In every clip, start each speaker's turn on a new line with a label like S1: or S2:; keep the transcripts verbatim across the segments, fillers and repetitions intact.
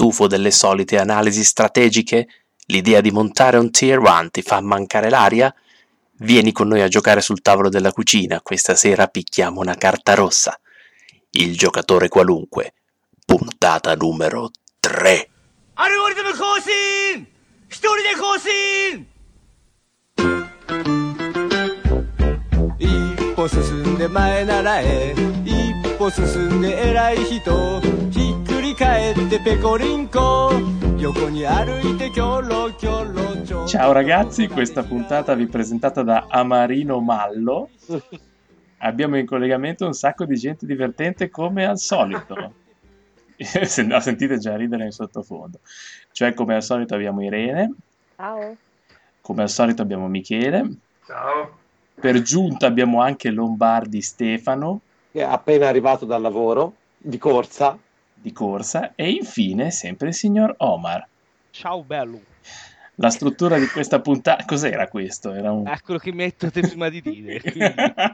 S1: stufo delle solite analisi strategiche? L'idea di montare un tier one ti fa mancare l'aria? Vieni con noi a giocare sul tavolo della cucina, questa sera picchiamo una carta rossa. Il giocatore qualunque, puntata numero tre.
S2: アルゴリズム更新一人で更新一歩進んで前ならえ一歩進んで偉い人ひっくり返ってペコリンコ横に歩いてキョロキョロちょ
S3: Ciao ragazzi, questa puntata vi è presentata da Amarino Mallo. Abbiamo in collegamento un sacco di gente divertente come al solito. La sentite già ridere in sottofondo. Cioè, come al solito abbiamo Irene.
S4: Ciao.
S3: Come al solito abbiamo Michele.
S5: Ciao.
S3: Per giunta abbiamo anche Lombardi Stefano,
S6: che è appena arrivato dal lavoro, di corsa.
S3: Di corsa. E infine sempre il signor Omar.
S7: Ciao bello.
S3: La struttura di questa puntata, cos'era questo? Era un...
S7: È quello che mi hai detto te prima di dire. Quindi...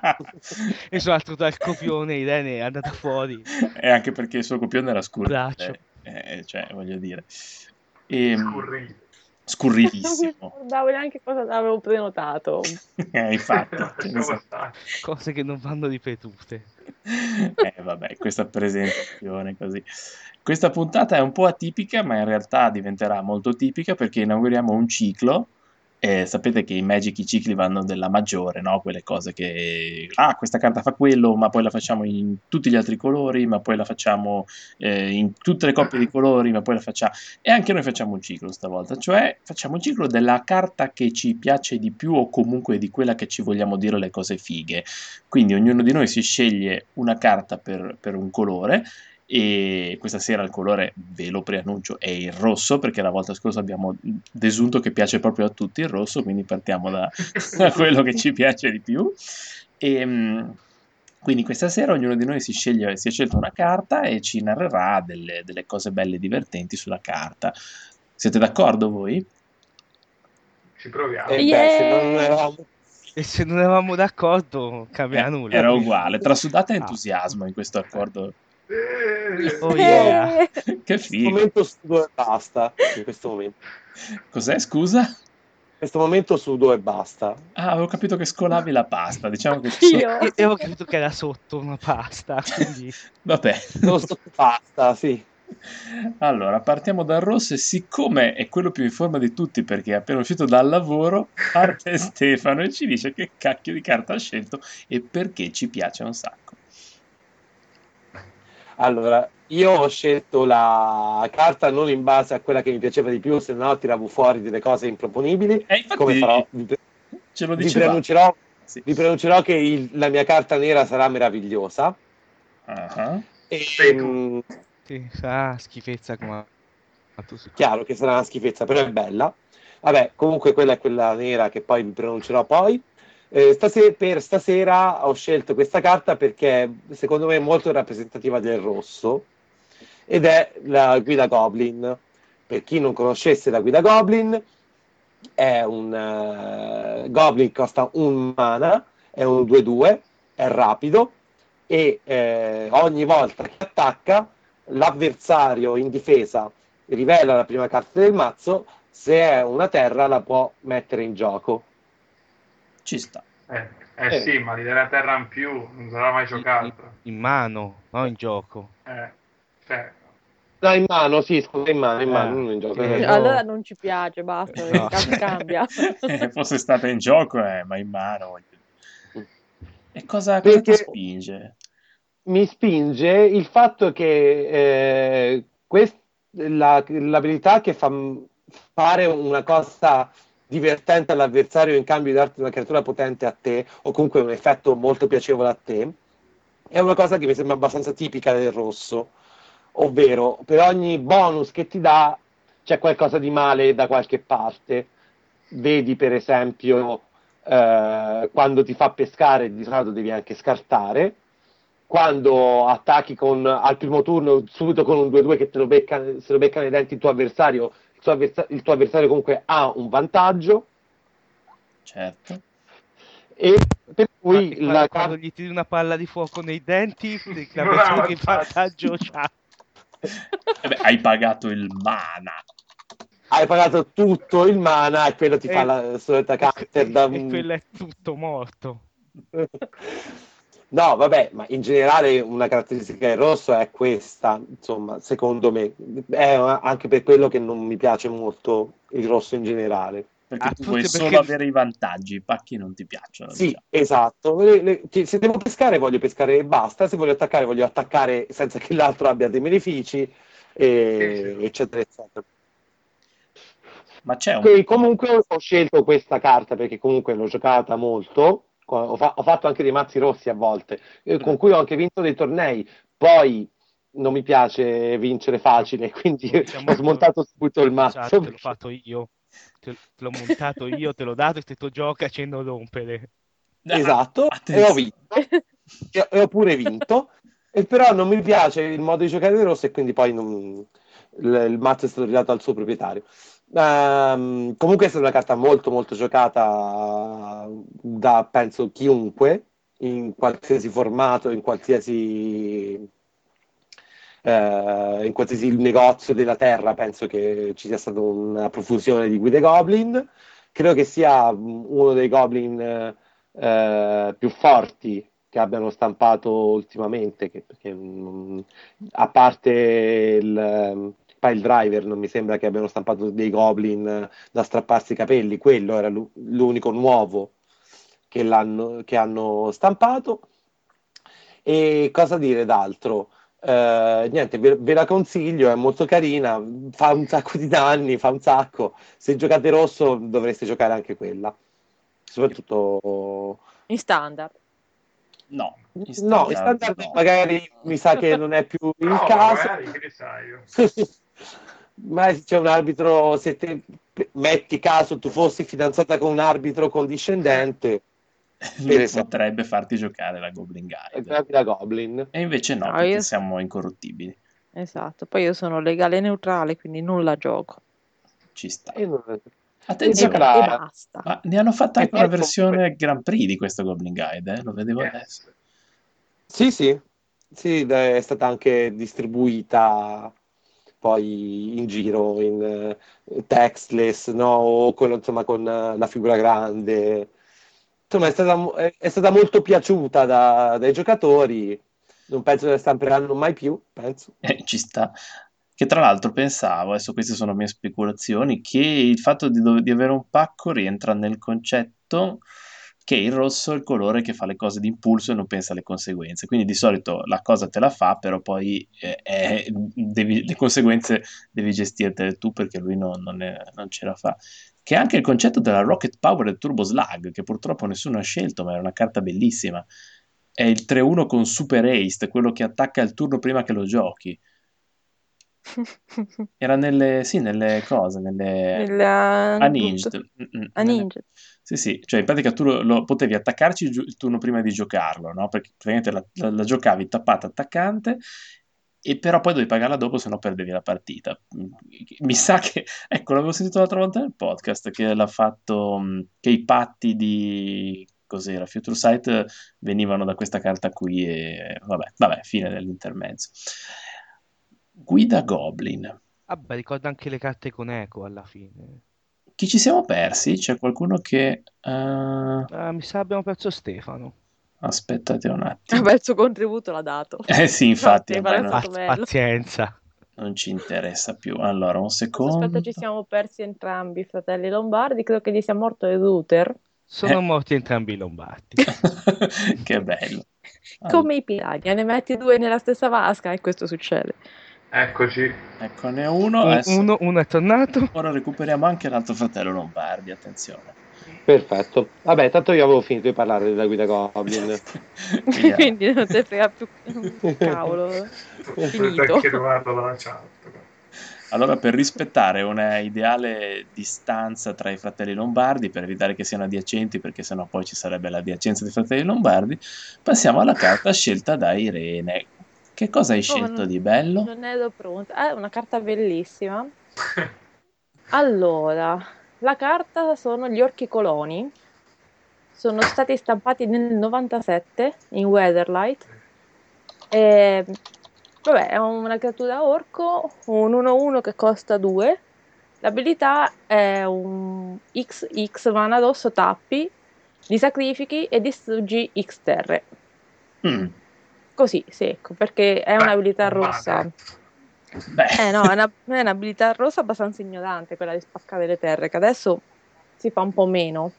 S7: e sono altro dal copione, Irene è andata fuori.
S3: E anche perché il suo copione era scuro.
S7: Braccio.
S3: Eh, cioè, voglio dire. E...
S5: Scurrito.
S3: Scurrilissimo.
S4: Non mi ricordavo neanche cosa avevo prenotato.
S3: eh, infatti. ce ne so.
S7: Cose che non vanno ripetute.
S3: Eh, vabbè, questa presentazione così. Questa puntata è un po' atipica, ma in realtà diventerà molto tipica perché inauguriamo un ciclo. E sapete che in Magic i cicli vanno della maggiore, no? Quelle cose che, ah, questa carta fa quello, ma poi la facciamo in tutti gli altri colori, ma poi la facciamo eh, in tutte le coppie di colori, ma poi la facciamo... E anche noi facciamo un ciclo stavolta, cioè facciamo un ciclo della carta che ci piace di più o comunque di quella che ci vogliamo dire le cose fighe. Quindi ognuno di noi si sceglie una carta per, per un colore. E questa sera il colore, ve lo preannuncio, è il rosso, perché la volta scorsa abbiamo desunto che piace proprio a tutti il rosso, quindi partiamo da, da quello che ci piace di più. E quindi questa sera ognuno di noi si sceglie, si è scelto una carta e ci narrerà delle, delle cose belle e divertenti sulla carta. Siete d'accordo voi?
S5: Ci proviamo.
S6: Eh,
S4: Yeah.
S6: beh, se non eravamo...
S7: E se non eravamo d'accordo, cambia
S3: Eh,
S7: nulla.
S3: era uguale, trasudate
S7: Ah.
S3: entusiasmo in questo accordo.
S5: Eh,
S7: Oh yeah.
S3: Che
S6: In questo
S3: figo.
S6: momento sudo e basta. In questo momento.
S3: Cos'è, scusa?
S6: In questo momento sudo e basta.
S3: Ah, avevo capito che scolavi la pasta, diciamo che ci sono...
S4: Io.
S7: Io avevo capito che era sotto una pasta, quindi...
S3: Vabbè.
S6: Sono sotto pasta, sì.
S3: Allora, partiamo dal rosso e siccome è quello più in forma di tutti perché è appena uscito dal lavoro, parte Stefano e ci dice che cacchio di carta ha scelto e perché ci piace un sacco.
S6: Allora, io ho scelto la carta non in base a quella che mi piaceva di più, se no tiravo fuori delle cose improponibili.
S3: E infatti
S6: Come farò? Vi,
S3: ce lo
S6: vi
S3: diceva.
S6: preannuncerò,
S3: Sì.
S6: vi preannuncerò che il- la mia carta nera sarà meravigliosa.
S3: Ah,
S6: E,
S5: Sei tu.
S6: mm,
S7: Sì, sarà schifezza come... fatto su-
S6: chiaro che sarà una schifezza, però è bella. Vabbè, comunque quella è quella nera che poi vi pronuncerò poi. Eh, stase- per stasera ho scelto questa carta perché secondo me è molto rappresentativa del rosso ed è la Guida Goblin. Per chi non conoscesse la Guida Goblin, è un eh, Goblin che costa un mana, è un due due, è rapido e eh, ogni volta che attacca l'avversario in difesa rivela la prima carta del mazzo, se è una terra la può mettere in gioco.
S3: ci sta.
S5: eh, eh sì, ma di della terra in più non sarà mai giocata.
S7: In mano, no in gioco.
S5: Eh, cioè,
S6: No, in mano, sì, scusa, in mano, in
S7: Eh,
S6: mano, non in gioco.
S7: che-
S6: hai ragione.
S7: no.
S4: Allora non ci piace, basta,
S7: No.
S4: il caso cambia.
S3: Eh, fosse stata in gioco, eh, ma in mano. voglio dire. E cosa, cosa ti
S6: Perché-
S3: spinge?
S6: Mi spinge il fatto che eh, quest- la- l'abilità che fa m- fare una cosa divertente all'avversario in cambio di darti una creatura potente a te, o comunque un effetto molto piacevole a te, è una cosa che mi sembra abbastanza tipica del rosso, ovvero per ogni bonus che ti dà c'è qualcosa di male da qualche parte. Vedi per esempio eh, quando ti fa pescare di solito devi anche scartare, quando attacchi con, al primo turno subito con un due due che te lo becca, se lo becca nei denti il tuo avversario, il tuo, avversa- il tuo avversario comunque ha un vantaggio,
S3: Certo.
S6: e per cui
S7: Infatti, quando,
S6: la
S7: quando
S6: carta
S7: gli tiri una palla di fuoco nei denti, la
S5: Non ha
S7: persona che
S5: vantaggio.
S7: vantaggio c'ha.
S3: Eh beh, hai pagato il mana.
S6: Hai pagato tutto il mana e quello ti fa
S7: E-
S6: la solita
S7: E,
S6: caster
S7: e-
S6: da...
S7: e quello è tutto morto.
S6: No, vabbè, ma in generale una caratteristica del rosso è questa, insomma, secondo me. È anche per quello che non mi piace molto il rosso in generale.
S3: Perché
S7: Ah,
S3: tu vuoi
S7: forse
S3: solo
S7: perché-
S3: avere i vantaggi, i pacchi non ti piacciono,
S6: Sì,
S3: diciamo.
S6: esatto. Le- le- che se devo pescare, voglio pescare e basta. Se voglio attaccare, voglio attaccare senza che l'altro abbia dei benefici, e- eccetera, eccetera.
S3: Ma c'è un...
S6: Che comunque ho scelto questa carta perché comunque l'ho giocata molto. Ho, fa- ho fatto anche dei mazzi rossi a volte, eh, con cui ho anche vinto dei tornei. Poi non mi piace vincere facile, quindi
S7: Siamo
S6: ho
S7: molto-
S6: smontato subito il mazzo.
S7: Esatto, te l'ho fatto io. Te, te l'ho montato io, te l'ho dato e te lo gioca facendo rompere.
S6: Esatto,
S3: Ah,
S6: e ho
S3: attenzione.
S6: vinto. E, e ho pure vinto. E però non mi piace il modo di giocare del rosso e quindi poi non- il, il mazzo è stato ridato al suo proprietario. Ehm, comunque è stata una carta molto molto giocata da penso chiunque in qualsiasi formato, in qualsiasi eh, in qualsiasi negozio della terra penso che ci sia stata una profusione di guide Goblin. Credo che sia mh, uno dei Goblin eh, più forti che abbiano stampato ultimamente, che- perché mh, a parte il Pile Driver non mi sembra che abbiano stampato dei Goblin eh, da strapparsi i capelli, quello era l'u- l'unico nuovo che, l'hanno- che hanno stampato. E cosa dire d'altro? Eh, niente, ve, ve la consiglio, è molto carina, fa un sacco di danni, fa un sacco. Se giocate rosso dovreste giocare anche quella, soprattutto...
S4: In standard.
S3: No, in
S6: No, in
S3: standard
S6: standard
S3: no.
S6: magari mi sa che non è più il
S5: No,
S6: caso.
S5: magari, che ne sai io.
S6: Ma se c'è un arbitro, se te metti caso tu fossi fidanzata con un arbitro condiscendente,
S3: Lui
S6: per esempio,
S3: potrebbe farti giocare la Goblin Guide.
S6: giocavi la Goblin.
S3: E invece no,
S4: No,
S3: perché
S4: io-
S3: siamo incorruttibili.
S4: Esatto, poi io sono legale e neutrale, quindi non la gioco.
S3: Ci sta.
S6: E non-
S4: E,
S3: Attenzione,
S6: gioca
S4: e
S6: la-
S4: basta.
S3: ma ne hanno fatta
S6: E
S3: anche
S6: poi
S3: una
S6: comunque-
S3: versione Grand Prix di questo Goblin Guide, eh? Lo vedevo
S5: Yes.
S3: adesso.
S6: Sì, sì, sì, è stata anche distribuita poi in giro in eh, textless, no? O con, insomma, con eh, la figura grande. Insomma, è stata, mo- è, è stata molto piaciuta da- dai giocatori. Non penso che la stamperanno mai più, penso.
S3: Eh, ci sta. Che tra l'altro pensavo, adesso queste sono mie speculazioni, che il fatto di, dov- di avere un pacco rientra nel concetto che il rosso è il colore che fa le cose d'impulso e non pensa alle conseguenze. Quindi di solito la cosa te la fa, però poi eh, eh, devi- le conseguenze devi gestirtele tu perché lui non, non è- non ce la fa. Che è anche il concetto della Rocket Power Turbo Slug, che purtroppo nessuno ha scelto, ma era una carta bellissima. È il tre uno con Super Haste, quello che attacca il turno prima che lo giochi. Era nelle, sì, nelle cose, nelle
S4: Nella...
S3: unhinged. Mm, mm,
S4: A
S3: nelle-
S4: ninja.
S3: Sì, sì, cioè in pratica tu lo, lo- potevi attaccarci il, gio- il turno prima di giocarlo, no? Perché praticamente la, la- la giocavi tappata attaccante e però poi dovevi pagarla dopo, se no perdevi la partita. Mm, Mi sa che, ecco, l'avevo sentito l'altra volta nel podcast che l'ha fatto, mm, che i patti di, cos'era, Future Sight venivano da questa carta qui e vabbè, vabbè, fine dell'intermezzo. Guida Goblin.
S7: Vabbè, ricorda anche le carte con eco alla fine.
S3: Chi ci siamo persi? C'è qualcuno che... eh,
S7: Ah, mi sa abbiamo perso Stefano.
S3: Aspettate un attimo.
S4: Vabbè, il suo contributo l'ha dato.
S3: Eh sì, infatti,
S4: Sì,
S3: ormai
S4: è
S3: non,
S4: stato
S7: Paz-
S4: bello.
S7: pazienza.
S3: non ci interessa più. Allora, un
S4: Aspetta,
S3: secondo.
S4: ci siamo persi entrambi i fratelli Lombardi. Credo che gli sia morto Eruter.
S7: Sono
S3: Eh.
S7: morti entrambi i Lombardi.
S3: Che bello.
S4: Come i piragna, ne metti due nella stessa vasca e questo succede.
S5: Eccoci.
S3: Eccone uno.
S7: Un-
S3: Adesso-
S7: uno, uno è tornato.
S3: Ora recuperiamo anche l'altro fratello Lombardi, attenzione.
S6: Perfetto. Vabbè, tanto io avevo finito di parlare della guida Goblin.
S3: Via.
S4: Quindi non ti frega più un cavolo.
S5: Potete
S4: Finito.
S5: anche trovarlo dalla chat.
S3: Allora, per rispettare una ideale distanza tra i fratelli Lombardi, per evitare che siano adiacenti, perché sennò poi ci sarebbe l'adiacenza dei fratelli Lombardi, passiamo alla carta scelta da Irene. Che cosa hai
S4: Oh,
S3: scelto
S4: non-
S3: di bello?
S4: Non ero pronta. È una carta bellissima. Allora, la carta sono gli orchi coloni. Sono stati stampati nel novantasette in Weatherlight. E Vabbè, è una creatura orco, un uno uno che costa due. L'abilità è un X X mana rosso, tappi, li sacrifichi e distruggi X terre.
S3: Mm.
S4: Così, secco, perché è
S5: Beh,
S4: un'abilità
S5: non
S4: rossa.
S5: male.
S3: Beh,
S4: Eh no, è, una- è un'abilità rossa abbastanza ignorante, quella di spaccare le terre, che adesso si fa un po' meno.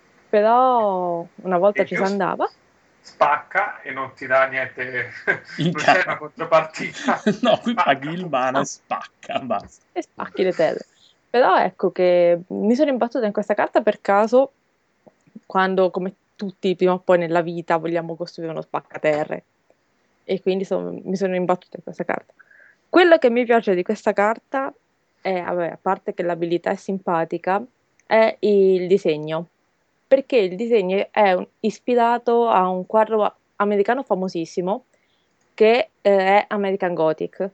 S4: Però una volta
S5: E
S4: ci
S5: più
S4: si andava.
S5: spacca e non ti dà niente,
S3: in
S5: non c'è
S3: ca-
S5: una contropartita.
S3: No, qui
S5: Spacca,
S3: paghi il
S5: punto.
S3: mana e
S4: No.
S3: spacca, basta.
S4: E spacchi le terre. Però ecco che mi sono imbattuta in questa carta per caso, quando come tutti prima o poi nella vita vogliamo costruire uno spaccaterre. E quindi sono- mi sono imbattuta in questa carta. Quello che mi piace di questa carta è, vabbè, a parte che l'abilità è simpatica, è il disegno. Perché il disegno è un- ispirato a un quadro americano famosissimo che eh, è American Gothic.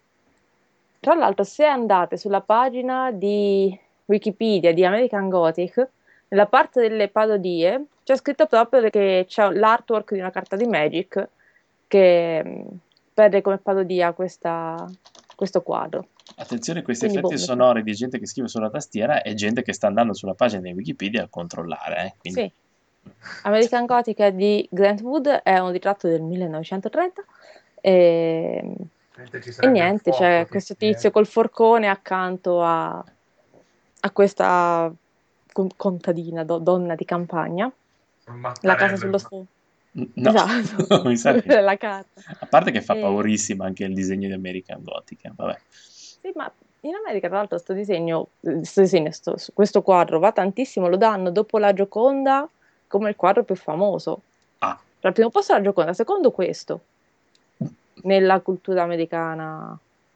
S4: Tra l'altro, se andate sulla pagina di Wikipedia di American Gothic, nella parte delle parodie c'è scritto proprio che c'è l'artwork di una carta di Magic che mh, prende come parodia questa- questo quadro.
S3: Attenzione, questi
S4: Quindi, boh,
S3: effetti
S4: mi-
S3: sonori di gente che scrive sulla tastiera è gente che sta andando sulla pagina di Wikipedia a controllare, eh, quindi-
S4: sì. American Gothic è di Grant Wood, è un ritratto del millenovecentotrenta e,
S5: Mentre ci
S4: e
S5: sarebbe il
S4: niente,
S5: fuoco,
S4: c'è
S5: tipo,
S4: questo
S5: eh.
S4: tizio col forcone accanto a, a questa con- contadina, do- donna di campagna,
S5: un
S4: la casa
S5: mattarello
S4: sullo
S5: in
S4: sfondo.
S3: No,
S4: Esatto,
S3: mi sa che-
S4: quella è la carta.
S3: A parte che fa
S4: E-
S3: paurissima anche il disegno di American Gothic, eh, vabbè.
S4: Sì, ma in America, tra l'altro, sto disegno, eh, sto disegno, sto- questo quadro va tantissimo, lo danno dopo la Gioconda come il quadro più famoso.
S3: Ah,
S4: Al primo posto la Gioconda, secondo questo, nella cultura americana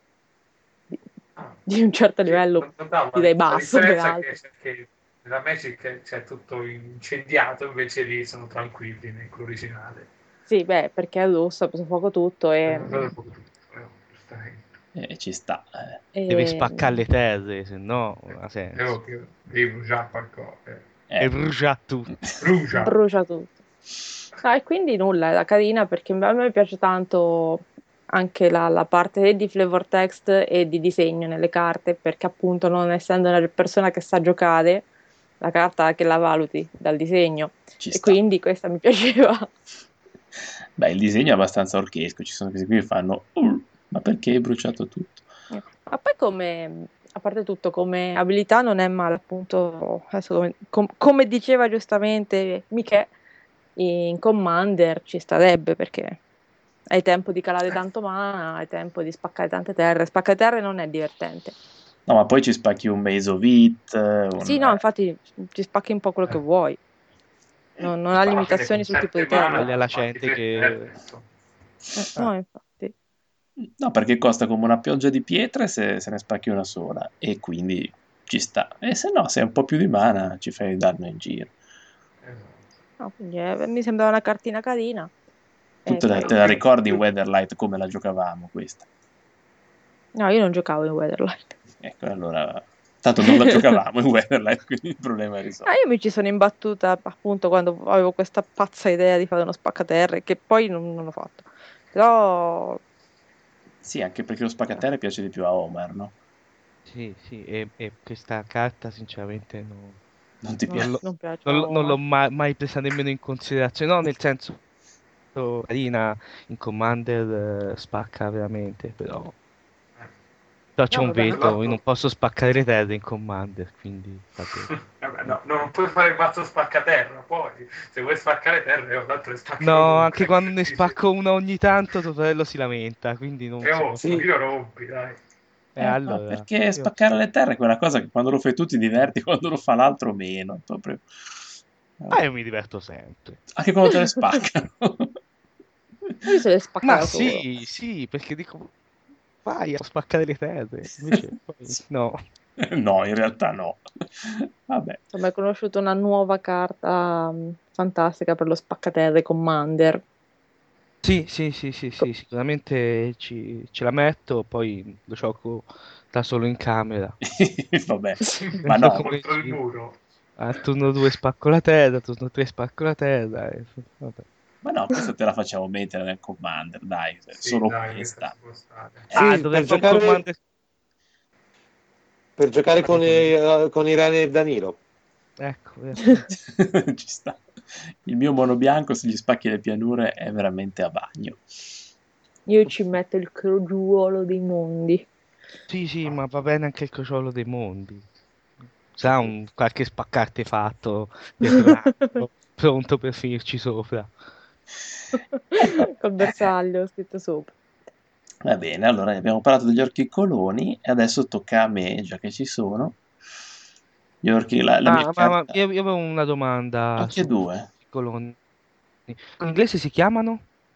S4: di,
S5: Ah,
S4: di un certo
S5: sì,
S4: livello,
S5: non- non dà, ma
S4: direi
S5: la
S4: basso,
S5: differenza è
S4: peraltro.
S5: che, che nella Magic c'è tutto incendiato, invece lì sono tranquilli nell'originale.
S4: Sì, beh, perché è rosso, ha preso fuoco tutto
S5: Eh,
S4: e...
S5: non so tutto, eh, giustamente.
S3: eh, ci sta. eh.
S7: Deve
S4: e-
S7: spaccare le terre, se no non ha
S5: È
S7: senso.
S5: ovvio, devi bruciare qualcosa. eh.
S3: Eh.
S7: E brucia tutto.
S5: Brucia!
S4: brucia tutto. Ah, e quindi nulla, era carina perché a me piace tanto anche la, la parte di flavor text e di disegno nelle carte, perché appunto non essendo una persona che sa giocare, la carta che la valuti dal disegno.
S3: Ci
S4: E
S3: sta.
S4: quindi questa mi piaceva.
S3: Beh, il disegno è abbastanza orchesco, ci sono questi qui che fanno "Uh, ma perché hai bruciato tutto?"
S4: Ma poi come, a parte tutto, come abilità non è male, appunto, adesso come, com- come diceva giustamente Michè, in Commander ci starebbe perché hai tempo di calare tanto mana, hai tempo di spaccare tante terre. Spaccare terre non è divertente.
S3: No, ma poi ci spacchi un Maze of It, un...
S4: Sì, no, infatti ci spacchi un po' quello che vuoi. Non, non ha
S5: Alla fine
S4: limitazioni
S5: con
S4: sul tipo di
S5: sette mana
S4: terra.
S7: Quella è la
S5: spacchi
S7: gente
S5: tre
S7: che-
S5: terre, insomma.
S4: Eh, no, infatti.
S3: No, perché costa come una pioggia di pietre se, se ne spacchi una sola, e quindi ci sta. E se no, se hai un po' più di mana, ci fai danno in giro.
S5: Esatto.
S4: No, quindi, eh, mi sembrava una cartina carina.
S3: Tu
S4: E
S3: te la,
S4: poi-
S3: te la ricordi in Weatherlight come la giocavamo questa?
S4: No, io non giocavo in Weatherlight.
S3: Ecco, allora... Tanto non la giocavamo in Weatherlight, quindi il problema è
S4: Ah,
S3: risolto.
S4: io mi ci sono imbattuta appunto quando avevo questa pazza idea di fare uno spaccaterre, che poi non, non ho fatto. Però
S3: Sì, anche perché lo spaccaterra piace di più a Homer, no?
S7: Sì, sì, e, e questa carta sinceramente non,
S3: Non ti
S4: non,
S3: piace?
S7: lo-
S4: non piace.
S7: non
S4: a
S7: l'ho non l'ho
S4: Omar.
S7: mai, mai presa nemmeno in considerazione, no, nel senso carina in Commander eh, spacca veramente, però, però c'è
S4: No,
S7: un
S4: vabbè, no.
S7: veto, io non posso spaccare le terre in Commander, quindi vabbè.
S5: Vabbè, no, non puoi fare il mazzo spaccaterra, poi se vuoi spaccare terra, io tanto le spacchi
S7: No,
S5: ovunque.
S7: anche quando ne
S5: Sì,
S7: spacco una ogni tanto tuo fratello si lamenta, quindi non
S5: sì. E
S7: si
S5: oh,
S7: può
S6: Sì.
S7: fare.
S5: io rompi, dai.
S7: Eh,
S3: Eh, ma
S7: allora,
S3: perché
S7: io-
S3: spaccare le terre è quella cosa che quando lo fai tu ti diverti, quando lo fa l'altro meno. Proprio...
S7: Ah, io mi diverto sempre.
S3: Anche quando te le spaccano.
S4: Io se le spaccavo
S7: Ma
S4: solo.
S7: sì, sì, perché dico, vai a spaccare le terre, invece poi no.
S3: No, in realtà no. Vabbè.
S4: Insomma, hai conosciuto una nuova carta mh, fantastica per lo spaccaterre Commander.
S7: Sì, sì, sì, sì, sì, sicuramente ci, ce la metto, poi lo gioco da solo in camera.
S3: Vabbè. Ma no,
S7: Come
S5: Contro il
S7: ci-
S5: muro.
S7: A turno due spacco la terra, a turno tre spacco la terra. E... vabbè.
S3: Ma no, questa te la facciamo mettere nel Commander, dai,
S5: Sì,
S3: solo
S5: dai, questa
S3: questa.
S5: ci può stare.
S3: Eh,
S7: Ah,
S6: Sì,
S7: dove
S6: per
S7: fa un
S6: giocare,
S7: commander...
S6: per giocare con, i, eh, con Irene e Danilo.
S7: Ecco, vero.
S3: Ci sta. Il mio mono bianco, se gli spacchi le pianure, è veramente a bagno.
S4: Io ci metto il crogiuolo dei mondi.
S7: Sì, sì, ma va bene anche il crociolo dei mondi. Sa un qualche spaccartefatto dietro un angolo, pronto per finirci sopra.
S4: Col bersaglio scritto sopra.
S3: Va bene, allora abbiamo parlato degli orchi coloni e adesso tocca a me, già che ci sono. Gli orchi, la, la mia
S7: Ah, ma, ma
S3: carta...
S7: io, io avevo una domanda
S3: Anche
S7: su
S3: due.
S7: i coloni. In inglese si chiamano?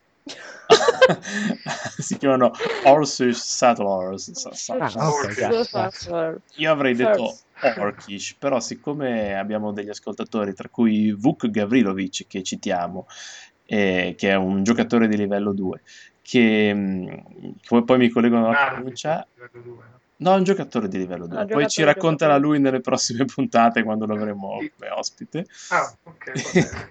S3: Si chiamano Orcish Settlers. Sa- sa-
S7: Ah,
S3: sa-
S7: ok, grazie, grazie.
S3: Io avrei detto
S4: First.
S3: Orkish, però siccome abbiamo degli ascoltatori, tra cui Vuk Gavrilovic, che citiamo, eh, che è un giocatore di livello due, che mh, come poi mi collegano alla
S5: Ah,
S3: pronuncia.
S5: livello due, no?
S3: No, è un giocatore di livello due.
S4: Ah,
S3: Poi ci
S4: giocatore,
S3: racconterà
S4: giocatore.
S3: lui nelle prossime puntate quando lo avremo come ospite.
S5: Ah, ok, va bene.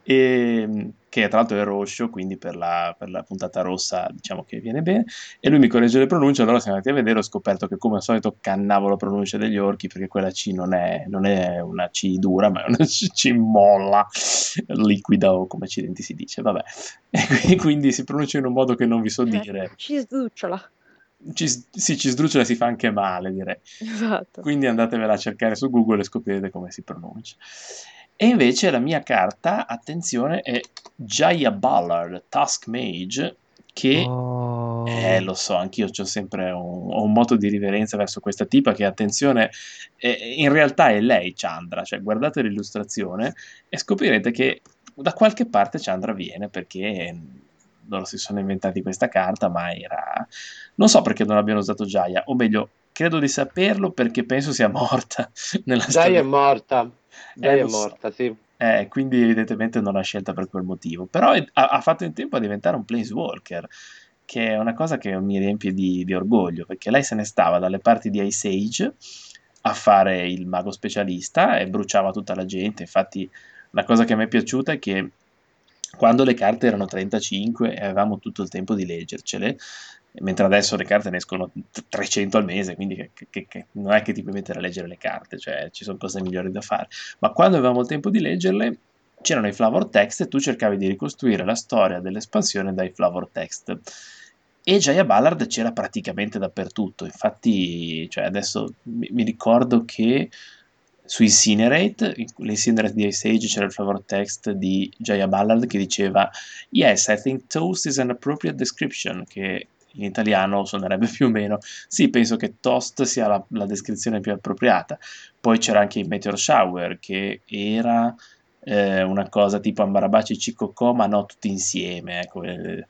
S3: E, che tra l'altro è rosso, quindi per la, per la puntata rossa diciamo che viene bene. E lui mi corregge le pronunce, allora siamo andati a vedere, ho scoperto che come al solito cannavo la pronuncia degli orchi, perché quella C non è, non è una C dura, ma è una C molla, liquida o come accidenti si dice, vabbè. E quindi si pronuncia in un modo che non vi so dire.
S4: Ci sdrucciola.
S3: Ci, sì, ci sdrucciola, si fa anche male, direi.
S4: Esatto.
S3: Quindi andatevela a cercare su Google e scoprirete come si pronuncia. E invece la mia carta, attenzione, è Jaya Ballard, Task Mage, che,
S7: Oh.
S3: eh, lo so, anch'io ho sempre un, ho un moto di riverenza verso questa tipa che, attenzione, eh, in realtà è lei Chandra, cioè guardate l'illustrazione e scoprirete che da qualche parte Chandra viene, perché loro si sono inventati questa carta, ma era... Non so perché non abbiano usato Jaya, o meglio, credo di saperlo perché penso sia morta nella
S6: Jaya
S3: storia.
S6: è morta. Jaya
S3: Eh,
S6: è
S3: lo so.
S6: morta, sì.
S3: Eh, quindi evidentemente non l'ha scelta per quel motivo. Però è- ha, ha fatto in tempo a diventare un planeswalker, che è una cosa che mi riempie di, di orgoglio, perché lei se ne stava dalle parti di Ice Age a fare il mago specialista e bruciava tutta la gente. Infatti la cosa che mi è piaciuta è che quando le carte erano trentacinque e avevamo tutto il tempo di leggercele, mentre adesso le carte ne escono trecento al mese, quindi che, che, che non è che ti puoi mettere a leggere le carte, cioè ci sono cose migliori da fare. Ma quando avevamo il tempo di leggerle, c'erano i flavor text e tu cercavi di ricostruire la storia dell'espansione dai flavor text. E Jaya Ballard c'era praticamente dappertutto. Infatti, cioè adesso mi, mi ricordo che su Incinerate, l'Incinerate di Ice Age, c'era il flavor text di Jaya Ballard che diceva "Yes, I think toast is an appropriate description", che in italiano suonerebbe più o meno "Sì, penso che toast sia la, la descrizione più appropriata". Poi c'era anche il Meteor Shower, che era eh, una cosa tipo Ambarabaci Cicocò, ma no tutti insieme, ecco. eh,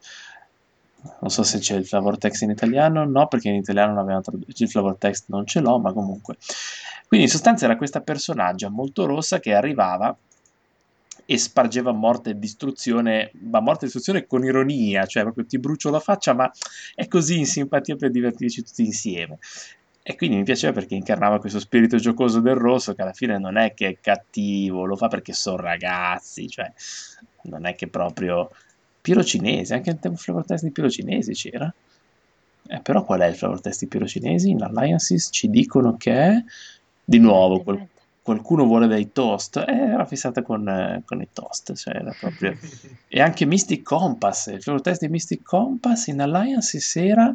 S3: Non so se c'è il flavor text in italiano, no, perché in italiano non avevano tradotto il flavor text, non ce l'ho, ma comunque. Quindi in sostanza era questa personaggia molto rossa che arrivava e spargeva morte e distruzione, ma morte e distruzione con ironia, cioè proprio ti brucio la faccia, ma è così in simpatia per divertirci tutti insieme. E quindi mi piaceva perché incarnava questo spirito giocoso del rosso, che alla fine non è che è cattivo, lo fa perché sono ragazzi, cioè non è che proprio... Piro cinese, anche un flavor test di Piro cinesi c'era. Eh, però qual è il flavor test di Piro cinesi? In Alliances ci dicono che è, di nuovo, qual- qualcuno vuole dei toast, eh, era fissata con, eh, con i toast, cioè era proprio... E anche Mystic Compass, il flavor test di Mystic Compass in Alliances era...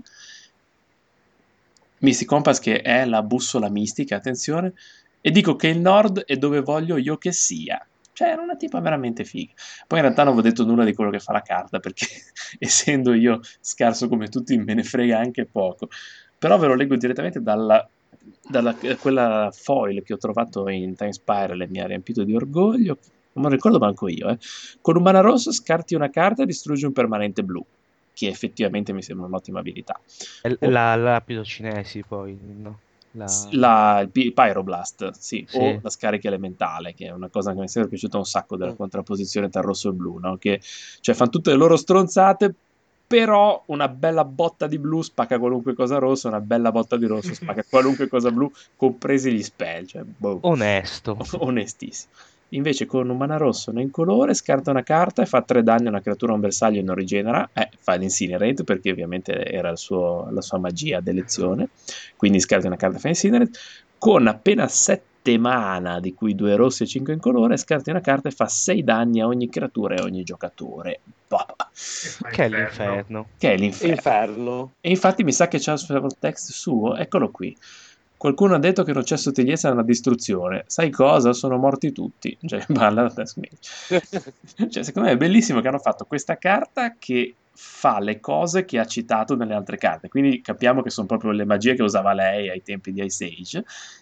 S3: Mystic Compass, che è la bussola mistica, attenzione, e dico che il nord è dove voglio io che sia. Cioè, era una tipa veramente figa. Poi in realtà non vi ho detto nulla di quello che fa la carta, perché essendo io scarso come tutti me ne frega anche poco. Però ve lo leggo direttamente dalla, dalla quella foil che ho trovato in Time Spiral e mi ha riempito di orgoglio. Non me lo ricordo manco io. Eh. Con un mana rosso scarti una carta e distruggi un permanente blu, che effettivamente mi sembra un'ottima abilità.
S7: È La, la lapido cinesi poi, no? La...
S3: La, il Py- Pyroblast, sì,
S7: Sì.
S3: o la scarica elementale, che è una cosa che mi è sempre piaciuta un sacco della
S6: Mm.
S3: contrapposizione tra il rosso e il blu, no? Che cioè fanno tutte le loro stronzate, però una bella botta di blu spacca qualunque cosa rossa, una bella botta di rosso spacca qualunque cosa blu, compresi gli spell, cioè, boh.
S7: Onesto.
S3: Onestissimo. Invece con un mana rosso non incolore scarta una carta e fa tre danni a una creatura o un bersaglio e non rigenera. Eh, fa l'Incinerate perché ovviamente era il suo- la sua magia d'elezione. Quindi scarta una carta e fa Incinerate. Con appena sette mana, di cui due rossi e cinque incolore, scarti una carta e fa sei danni a ogni creatura e a ogni giocatore. Bah.
S5: E fa
S7: Che è
S5: inferno.
S7: l'inferno.
S3: Che è l'inferno.
S6: Inferno.
S3: E infatti mi sa che c'è il text suo, eccolo qui. Qualcuno ha detto che non c'è sottigliezza nella distruzione. Sai cosa? Sono morti tutti. Cioè, balla da Task Mage. Cioè, secondo me è bellissimo che hanno fatto questa carta che fa le cose che ha citato nelle altre carte. Quindi capiamo che sono proprio le magie che usava lei ai tempi di Ice Age.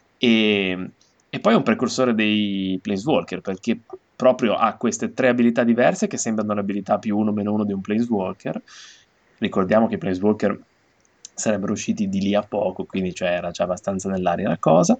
S3: E, e poi è un precursore dei Planeswalker, perché proprio ha queste tre abilità diverse che sembrano le abilità più uno meno uno di un Planeswalker. Ricordiamo che i Planeswalker sarebbero usciti di lì a poco, quindi cioè, era già abbastanza nell'aria la cosa.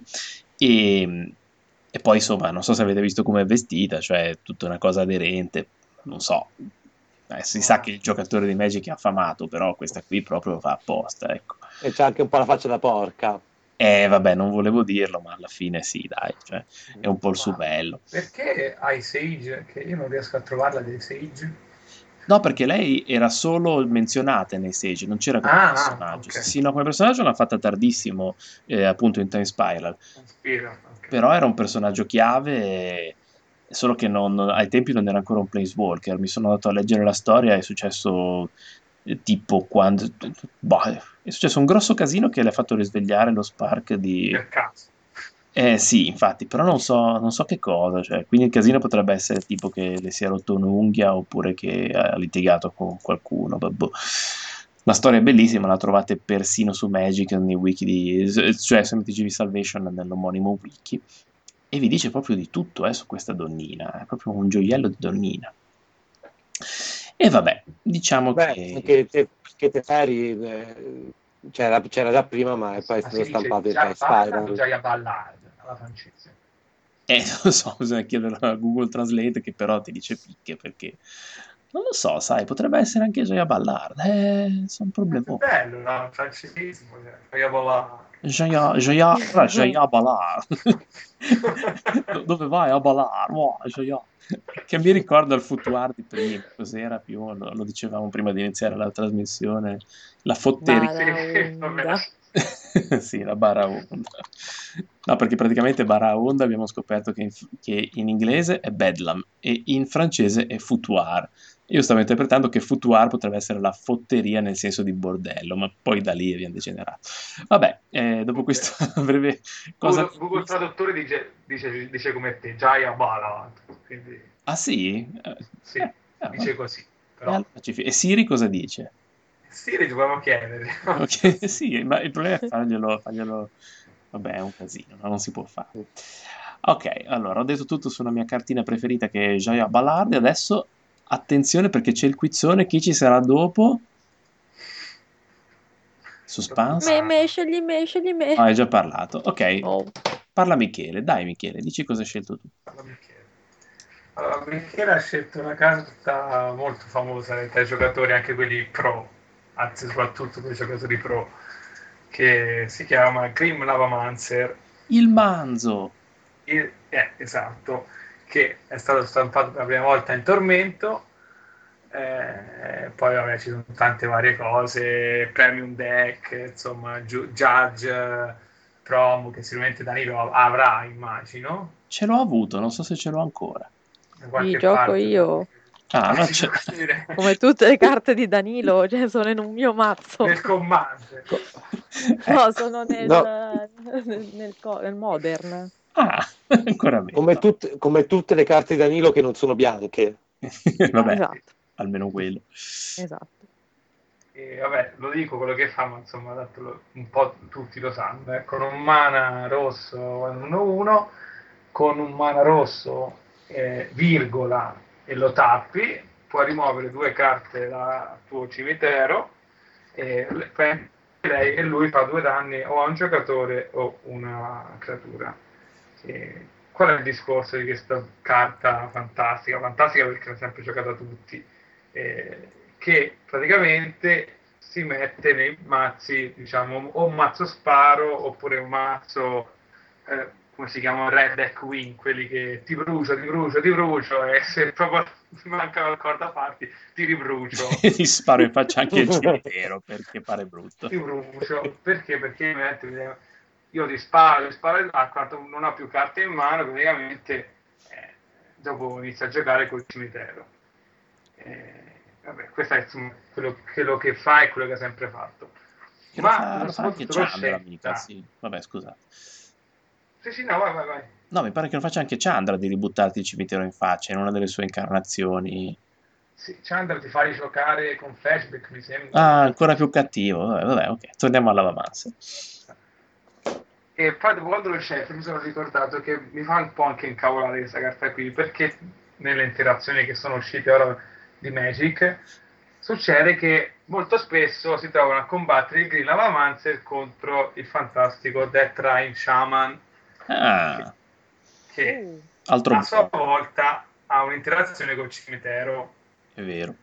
S3: E, e poi insomma, non so se avete visto come è vestita, cioè tutta una cosa aderente, non so. Eh, si sa che il giocatore di Magic è affamato, però questa qui proprio fa apposta, ecco.
S6: E c'è anche un po' la faccia da porca.
S3: Eh, vabbè, non volevo dirlo, ma alla fine sì, dai, cioè, è un po' il suo
S5: Ma
S3: bello.
S5: perché Ice Age, che io non riesco a trovarla di Ice Age?
S3: No, perché lei era solo menzionata nei Sage, non c'era come
S5: Ah,
S3: personaggio.
S5: ok.
S3: Sì, sì, no, come personaggio l'ha fatta tardissimo, eh, appunto in Time Spiral.
S5: Spiro, ok.
S3: Però era un personaggio chiave, solo che non- ai tempi non era ancora un Planeswalker. Mi sono andato a leggere la storia, è successo eh, tipo quando... boh, è successo un grosso casino che le ha fatto risvegliare lo spark di...
S5: Per caso.
S3: Eh sì, infatti, però non so, non so che cosa, cioè, quindi il casino potrebbe essere tipo che le si è rotto un'unghia oppure che ha litigato con qualcuno, vabbè. La storia è bellissima, la trovate persino su Magic, nei wiki di, cioè su M T G V Salvation, nell'omonimo wiki, e vi dice proprio di tutto eh, su questa donnina, è proprio un gioiello di donnina. E vabbè, diciamo
S6: Beh,
S3: che...
S6: anche te, che Teferi eh, c'era, c'era già prima, ma poi è
S5: Ma
S6: stato
S5: si dice
S6: stampato in
S5: già
S6: Time
S5: balla o
S6: Spiral.
S5: già ballard alla francese?
S3: Eh, non so, bisogna chiederlo a Google Translate che però ti dice picche perché non lo so, sai, potrebbe essere anche Gioia Ballard. Eh, sono
S5: È
S3: problematico.
S5: bello, no? Il francesismo, Gioia ballard.
S3: Gioia, Gioia, guarda, Gioia Ballard. Do- Dove vai a ballare? Wow, Gioia. Che mi ricorda il foutoir di prima, cos'era più, lo, lo dicevamo prima di iniziare la trasmissione, la fotteria.
S5: Sì, vabbè,
S4: Baraonda.
S3: Sì, la baraonda. No, perché praticamente baraonda abbiamo scoperto che in, che in inglese è bedlam e in francese è foutoir. Io stavo interpretando che foutoir potrebbe essere la fotteria nel senso di bordello, ma poi da lì abbiamo degenerato. Vabbè, eh, dopo questa breve cosa...
S5: Google, Google Traduttore dice, dice, dice come te, Jaya Ballard. Quindi
S3: Ah sì? Eh,
S5: sì,
S3: eh, ah,
S5: dice
S3: vabbè.
S5: così.
S3: E
S5: Però
S3: allora ci fi- e Siri cosa dice?
S5: sì, ci dobbiamo chiedere.
S3: Ok, sì, ma il problema è farglielo, farglielo... Vabbè, è un casino, no? Non si può fare. Ok, allora, ho detto tutto sulla mia cartina preferita che è Gioia Ballard, e adesso attenzione perché c'è il quizzone, chi ci sarà dopo? Suspense?
S4: Me, me, scegli me, scegli me.
S3: Ah, hai già parlato. Ok,
S4: Oh.
S3: parla Michele, dai Michele, dici cosa hai scelto tu.
S5: Allora, Michele. Allora, Michele ha scelto una carta molto famosa tra i giocatori, anche quelli pro, anzi soprattutto per i giocatori pro, che si chiama Grim Lavamancer.
S3: Il manzo!
S5: Il- eh, esatto, che è stato stampato per la prima volta in Tormento. Eh, poi vabbè, ci sono tante varie cose, Premium Deck, insomma, Ju- Judge, eh, Promo, che sicuramente Danilo av- avrà, immagino,
S3: Ce l'ho avuto, non so se ce l'ho ancora.
S5: da
S4: Ci
S5: qualche
S4: gioco
S5: parte.
S4: io.
S3: Ah,
S5: Ah,
S3: no,
S5: ci
S3: c'è...
S5: gioca dire-
S4: Come tutte le carte di Danilo, cioè sono in un mio mazzo.
S5: nel Commander.
S4: No,
S3: Ecco.
S4: sono nel,
S6: No,
S4: nel, nel co- nel Modern.
S3: Ah, ancora meglio.
S6: come, tut- come tutte le carte di Danilo che non sono bianche.
S3: Vabbè,
S4: Esatto,
S3: almeno quello.
S4: esatto.
S5: E vabbè, lo dico quello che fa, ma insomma, tanto lo- un po' tutti lo sanno. Eh. Con un mana rosso uno uno, con un mana rosso, eh, virgola, e lo tappi, puoi rimuovere due carte dal tuo cimitero, e le- prendi lei e lui fa due danni o a un giocatore o una creatura. E qual è il discorso di questa carta fantastica? Fantastica perché l'ha sempre giocata tutti. Eh, che praticamente si mette nei mazzi, diciamo, o un mazzo sparo oppure un mazzo eh, come si chiama, Red Deck Wing, quelli che ti brucio, ti brucio, ti brucio, e se proprio ti manca qualcosa da farti, ti ribrucio.
S3: Ti sparo in faccia anche il cimitero, perché pare brutto.
S5: Ti brucio, perché? Perché ovviamente io ti sparo, ti sparo, ah, quando non ho più carte in mano, praticamente eh, dopo inizio a giocare col cimitero. Eh, vabbè, questo è insomma, quello, quello che fa e quello che ha sempre fatto.
S3: Che
S5: Ma
S3: lo fa,
S5: una
S3: lo fa anche
S5: soprattutto
S3: Chandra,
S5: scelta.
S3: mica, sì. Vabbè, scusate.
S5: Sì, sì, no, vai, vai, vai.
S3: No, mi pare che lo faccia anche Chandra di ributtarti il cimitero in faccia in una delle sue incarnazioni.
S5: Sì, Chandra ti fa giocare con flashback, mi sembra.
S3: Ah, ancora più cattivo. Vabbè, vabbè, ok, torniamo alla Lavamancer.
S5: E poi quando lo scelto mi sono ricordato che mi fa un po' anche incavolare questa carta qui, perché nelle interazioni che sono uscite ora di Magic succede che molto spesso si trovano a combattere il Green Lavamancer contro il fantastico Death Rime Shaman,
S3: Ah,
S5: che
S4: Uh,
S3: altro
S5: a sua
S3: buono,
S5: volta ha un'interazione col cimitero.
S3: è vero.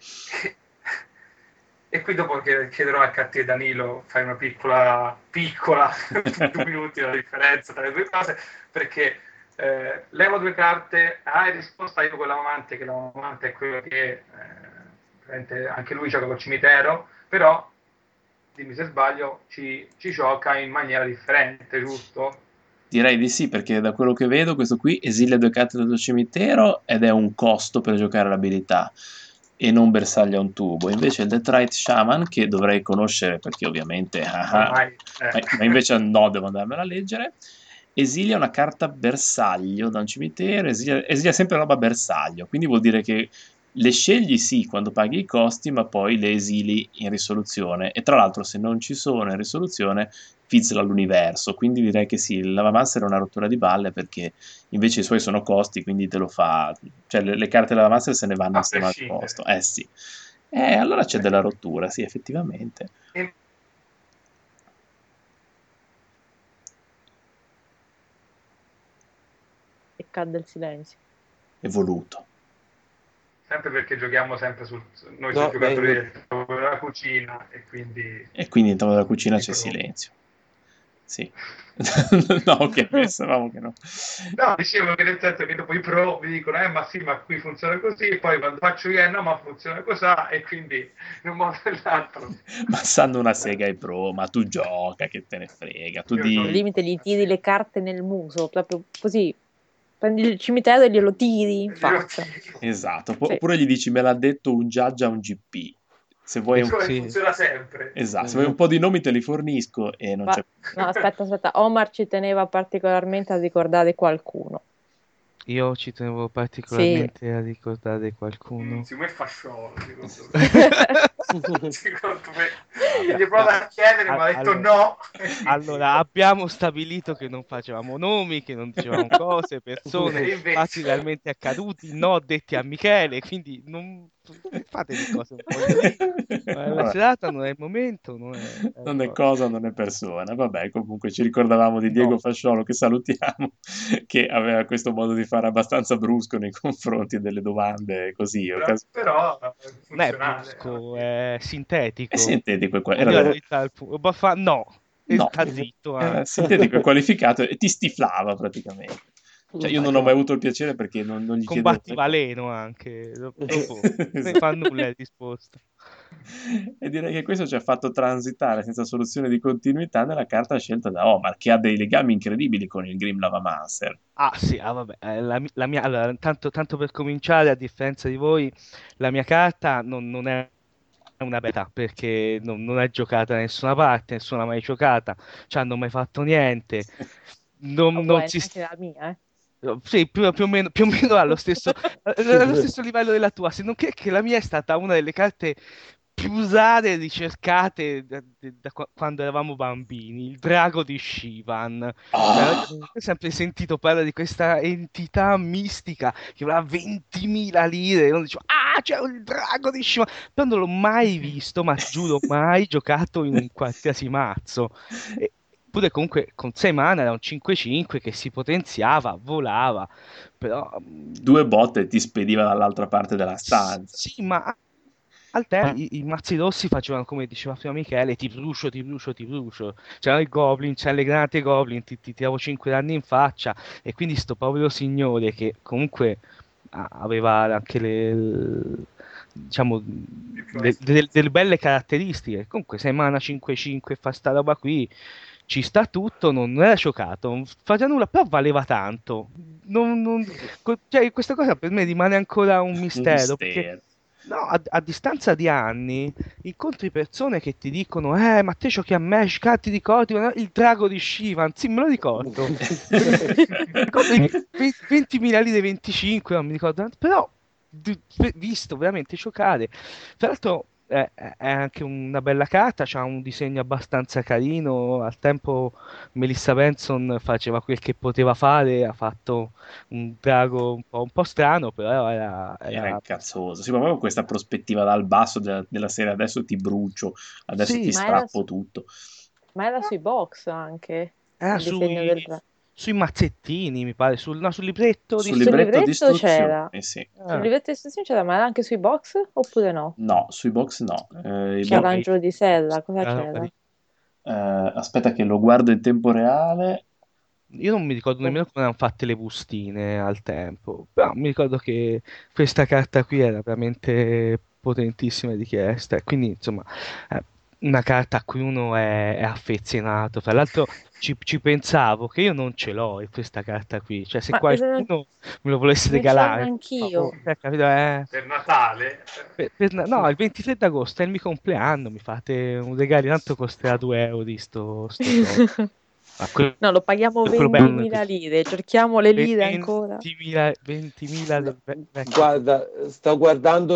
S5: E qui dopo che chiederò anche a te, Danilo, fai una piccola, piccola, due minuti la differenza tra le due cose, perché eh, levo due carte, hai risposta io con l'amante, che l'amante è quello che eh, anche lui gioca col cimitero, però, dimmi se sbaglio, ci, ci gioca in maniera differente, giusto?
S3: Direi di sì, perché da quello che vedo questo qui esilia due carte dal tuo cimitero ed è un costo per giocare l'abilità e non bersaglia un tubo. Invece il Deathright Shaman, che dovrei conoscere perché ovviamente ah, ah,
S5: Ormai, eh.
S3: ma, ma invece no, devo andarmela a leggere, esilia una carta bersaglio da un cimitero, esilia, esilia sempre roba bersaglio, quindi vuol dire che le scegli sì quando paghi i costi, ma poi le esili in risoluzione, e tra l'altro se non ci sono in risoluzione fizzla all'universo, quindi direi che sì, il Lavamancer è una rottura di balle perché invece i suoi sono costi, quindi te lo fa, cioè le, le carte Lavamancer se ne vanno
S5: A
S3: insieme al
S5: prescindere.
S3: costo, eh sì, eh, allora c'è della rottura, sì, effettivamente.
S5: E-
S4: e cadde il silenzio.
S3: È voluto.
S5: sempre perché giochiamo sempre sul, noi
S6: No,
S5: sui giocatori
S6: beh,
S5: del tavolo della cucina e quindi
S3: E quindi intorno alla cucina c'è
S5: Dico-
S3: silenzio. Sì. No, ok, pensavamo che no.
S5: no, dicevo che nel senso che dopo i pro mi dicono eh ma sì ma qui funziona così e poi quando faccio io eh no ma funziona così e quindi in un modo o nell'altro
S3: Ma sanno una sega ai pro, ma tu gioca, che te ne frega. Tu
S5: Io
S4: Al
S5: sono-
S3: di...
S4: limite gli tiri le carte nel muso, proprio così. Prendi il cimitero e glielo tiri in faccia.
S3: Esatto, Opp-
S4: Sì.
S3: oppure gli dici me l'ha detto un judge a un G P. Se vuoi un...
S5: Cioè,
S7: Sì.
S5: funziona sempre.
S3: Esatto, se vuoi un po' di nomi te li fornisco e non
S4: Ma-
S3: c'è...
S4: no, aspetta, aspetta. Omar ci teneva particolarmente a ricordare qualcuno.
S7: Io ci tenevo particolarmente a ricordare qualcuno.
S5: Secondo me fa show, secondo me. Secondo me. Gli ho provato a chiedere ma ha detto
S7: Allora-
S5: no.
S7: Allora, abbiamo stabilito che non facevamo nomi, che non dicevamo cose, persone,
S5: E invece-
S7: fatti realmente accaduti, no detti a Michele, quindi non fate di cose un po' così. Ma La
S3: Vabbè.
S7: serata non è il momento, non è...
S3: Non è
S7: ecco.
S3: cosa, non è persona. Vabbè, comunque ci ricordavamo di
S7: No.
S3: Diego Fasciolo, che salutiamo, che aveva questo modo di fare abbastanza brusco nei confronti delle domande così.
S5: Però,
S3: occas-
S5: però è
S7: Non è
S5: funzionale.
S7: brusco, è sintetico.
S3: È sintetico e qua-
S7: Io
S3: era
S7: la
S3: del-
S7: verità al pu- ma fa- no, e
S3: No,
S7: sta zitto.
S3: era
S7: anche.
S3: sintetico e qualificato e ti stiflava praticamente. Cioè, io non ho mai avuto il piacere perché non, non gli chiedevo...
S7: Combatti Valeno anche, dopo dopo non ne
S3: Esatto.
S7: fa nulla è risposta.
S3: E direi che questo ci ha fatto transitare senza soluzione di continuità nella carta scelta da Omar, che ha dei legami incredibili con il Grim Lavamancer.
S7: Ah sì, ah, vabbè, eh, la, mi- la mia, allora, tanto, tanto per cominciare, a differenza di voi, la mia carta non, non è una beta perché non, non è giocata da nessuna parte, nessuno ha mai giocata, ci hanno mai fatto niente. Non,
S4: Oh,
S7: non
S4: beh,
S7: si
S4: anche la mia, eh.
S7: Sì, più, più o meno, più o meno allo stesso, allo stesso livello della tua, se non che, che la mia è stata una delle carte più usate e ricercate da, da- da qua- quando eravamo bambini, il drago di Shivan.
S3: Ah!
S7: Cioè, ho sempre sentito parlare di questa entità mistica che aveva ventimila lire, e uno diceva, ah, c'è il drago di Shivan, però non l'ho mai visto, ma giuro, mai giocato in un qualsiasi mazzo. E- Pure comunque con sei mana era un cinque cinque che si potenziava, volava, però... mm,
S3: Due botte ti spediva dall'altra parte della stanza.
S7: Sì, ma Al tempo i, i mazzi rossi facevano come diceva prima Michele, ti brucio, ti brucio, ti brucio. C'erano i goblin, c'erano le granate goblin, ti, ti tiravo cinque danni in faccia. E quindi sto povero signore che comunque a- aveva anche le, diciamo, le- delle, delle belle caratteristiche. Comunque sei mana cinque cinque, fa sta roba qui, ci sta tutto, non era giocato, non faceva nulla, però valeva tanto. Non- non- co- cioè, questa cosa per me rimane ancora un
S3: Un
S7: mistero, perché
S3: mistero.
S7: no, a, a distanza di anni incontri persone che ti dicono: Eh, ma te giochi a Magic, ah, ti ricordi no? il drago di Shivan? Sì, me lo ricordo. Ricordo i ve- ventimila lire, venticinque, non mi ricordo, però d- v- visto veramente giocare. Tra l'altro è, è è anche una bella carta, c'ha un disegno abbastanza carino. Al tempo Melissa Benson faceva quel che poteva fare, ha fatto un drago un po', un po' strano, però era,
S3: Era
S7: era...
S3: incazzoso. Sì, ma proprio questa prospettiva dal basso della, della serie, adesso ti brucio, adesso ti
S7: Sì,
S4: Ma era,
S3: strappo
S4: su-
S3: tutto.
S4: ma era sui box anche
S7: era
S4: il disegno del
S7: sui,
S4: drago.
S7: sui mazzettini, mi pare, sul, no, sul libretto di
S3: Sul
S4: Sul
S3: libretto di
S4: libretto
S3: istruzioni,
S4: c'era.
S3: sì.
S4: Sul
S7: Ah,
S4: libretto di istruzioni c'era, ma era anche sui box oppure no?
S3: No, sui box no. Eh, i
S4: C'era
S3: bo-
S7: ok.
S4: l'angelo di Sella, cosa
S7: Quella roba
S4: c'era?
S7: lì.
S3: eh, aspetta che lo guardo in tempo reale.
S7: Io non mi ricordo
S4: Oh,
S7: nemmeno come erano fatte le bustine al tempo, però mi ricordo che questa carta qui era veramente potentissima e richiesta, e quindi insomma eh, una carta a cui uno è, è affezionato. Tra l'altro ci, ci pensavo che io non ce l'ho e questa carta qui, cioè se
S4: Ma eh, non
S7: qualcuno me lo volesse
S4: ce l'ho
S7: regalare, per
S4: neanch'io.
S7: favore, cioè, capito? Eh,
S5: Per Natale.
S7: per- per- no, il ventitré d'agosto è il mio compleanno, mi fate un regalo, tanto costerà due euro di sto, sto gioco. Ma quello,
S4: No, lo paghiamo
S7: quello bello è
S4: ventimila
S7: questo.
S4: lire, cerchiamo le lire ancora.
S7: ventimila, ventimila del ve- vecchio.
S6: Guarda, sto guardando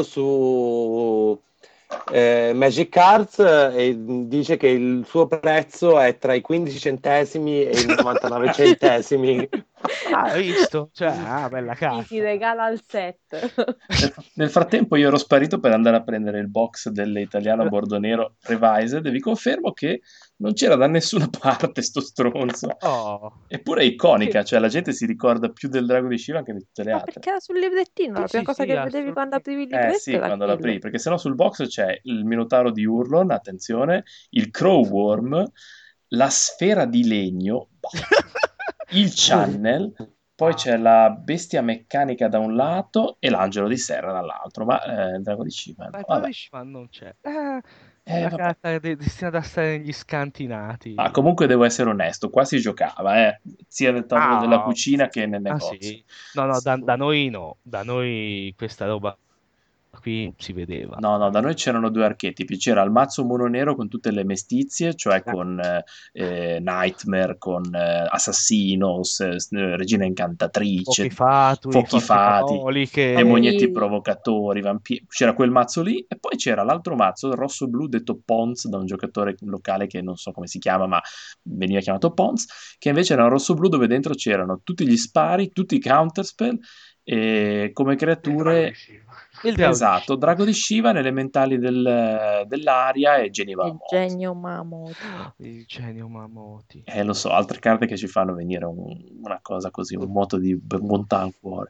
S6: su eh, Magic Cards e dice che il suo prezzo è tra i quindici centesimi e i novantanove centesimi.
S7: Ah, hai visto? Cioè, ah, bella
S4: Chi
S7: carta.
S4: si regala il set.
S3: Nel, nel frattempo io ero sparito per andare a prendere il box dell'italiano a bordo nero Revised e vi confermo che non c'era da nessuna parte sto stronzo.
S7: Oh,
S3: Eppure è iconica, cioè la gente si ricorda più del drago di Shiva che di tutte le
S4: Ma
S3: altre.
S4: perché era sul librettino?
S7: sì,
S4: La prima
S7: sì,
S4: cosa
S7: sì,
S4: che vedevi quando
S7: assolutamente.
S4: aprivi il
S3: Eh
S4: libretto
S3: sì,
S4: era
S3: quando
S4: quello.
S3: l'apri, perché sennò sul box c'è il Minotauro di Urlon, attenzione, il Crowworm, la sfera di legno, boh, il Channel, poi c'è la bestia meccanica da un lato e l'angelo di Serra dall'altro, ma eh, il drago di Shiva no.
S7: Ma il
S3: Vabbè.
S7: Bravishman non c'è. Eh,
S3: Eh,
S7: una
S3: vabbè.
S7: carta de- destinata a stare negli
S3: Ma
S7: scantinati.
S3: comunque devo essere onesto, qua si giocava, eh, sia nel tavolo della
S7: Ah,
S3: cucina che nel
S7: ah
S3: negozio.
S7: sì. No, no, da, da noi no. Da noi questa roba qui si vedeva.
S3: No, no, da noi c'erano due archetipi, c'era il mazzo mono nero con tutte le mestizie, cioè
S7: Ah,
S3: con eh, eh, Nightmare, con eh, Assassino, s- s- Regina
S7: fuochi
S3: Incantatrice,
S7: fatui,
S3: Fuochi
S7: forze
S3: Fati,
S7: favoliche.
S3: Demonietti
S4: Vampiri.
S3: Provocatori, Vampiri, c'era quel mazzo lì e poi c'era l'altro mazzo, il rosso-blu detto Pons da un giocatore locale che non so come si chiama, ma veniva chiamato Pons, che invece era un rosso-blu dove dentro c'erano tutti gli spari, tutti i counterspell e come
S5: Il drago di
S3: creature.
S5: Shiva.
S7: Il drago di
S3: Esatto,
S7: Shiva.
S3: Drago di Shivan, elementali del- dell'aria e Geniva
S4: Il
S3: Amot.
S4: genio Mammoth.
S7: Il genio Mamoti.
S3: Eh, lo so, altre carte che ci fanno venire un- una cosa così, un moto di bontà al cuore.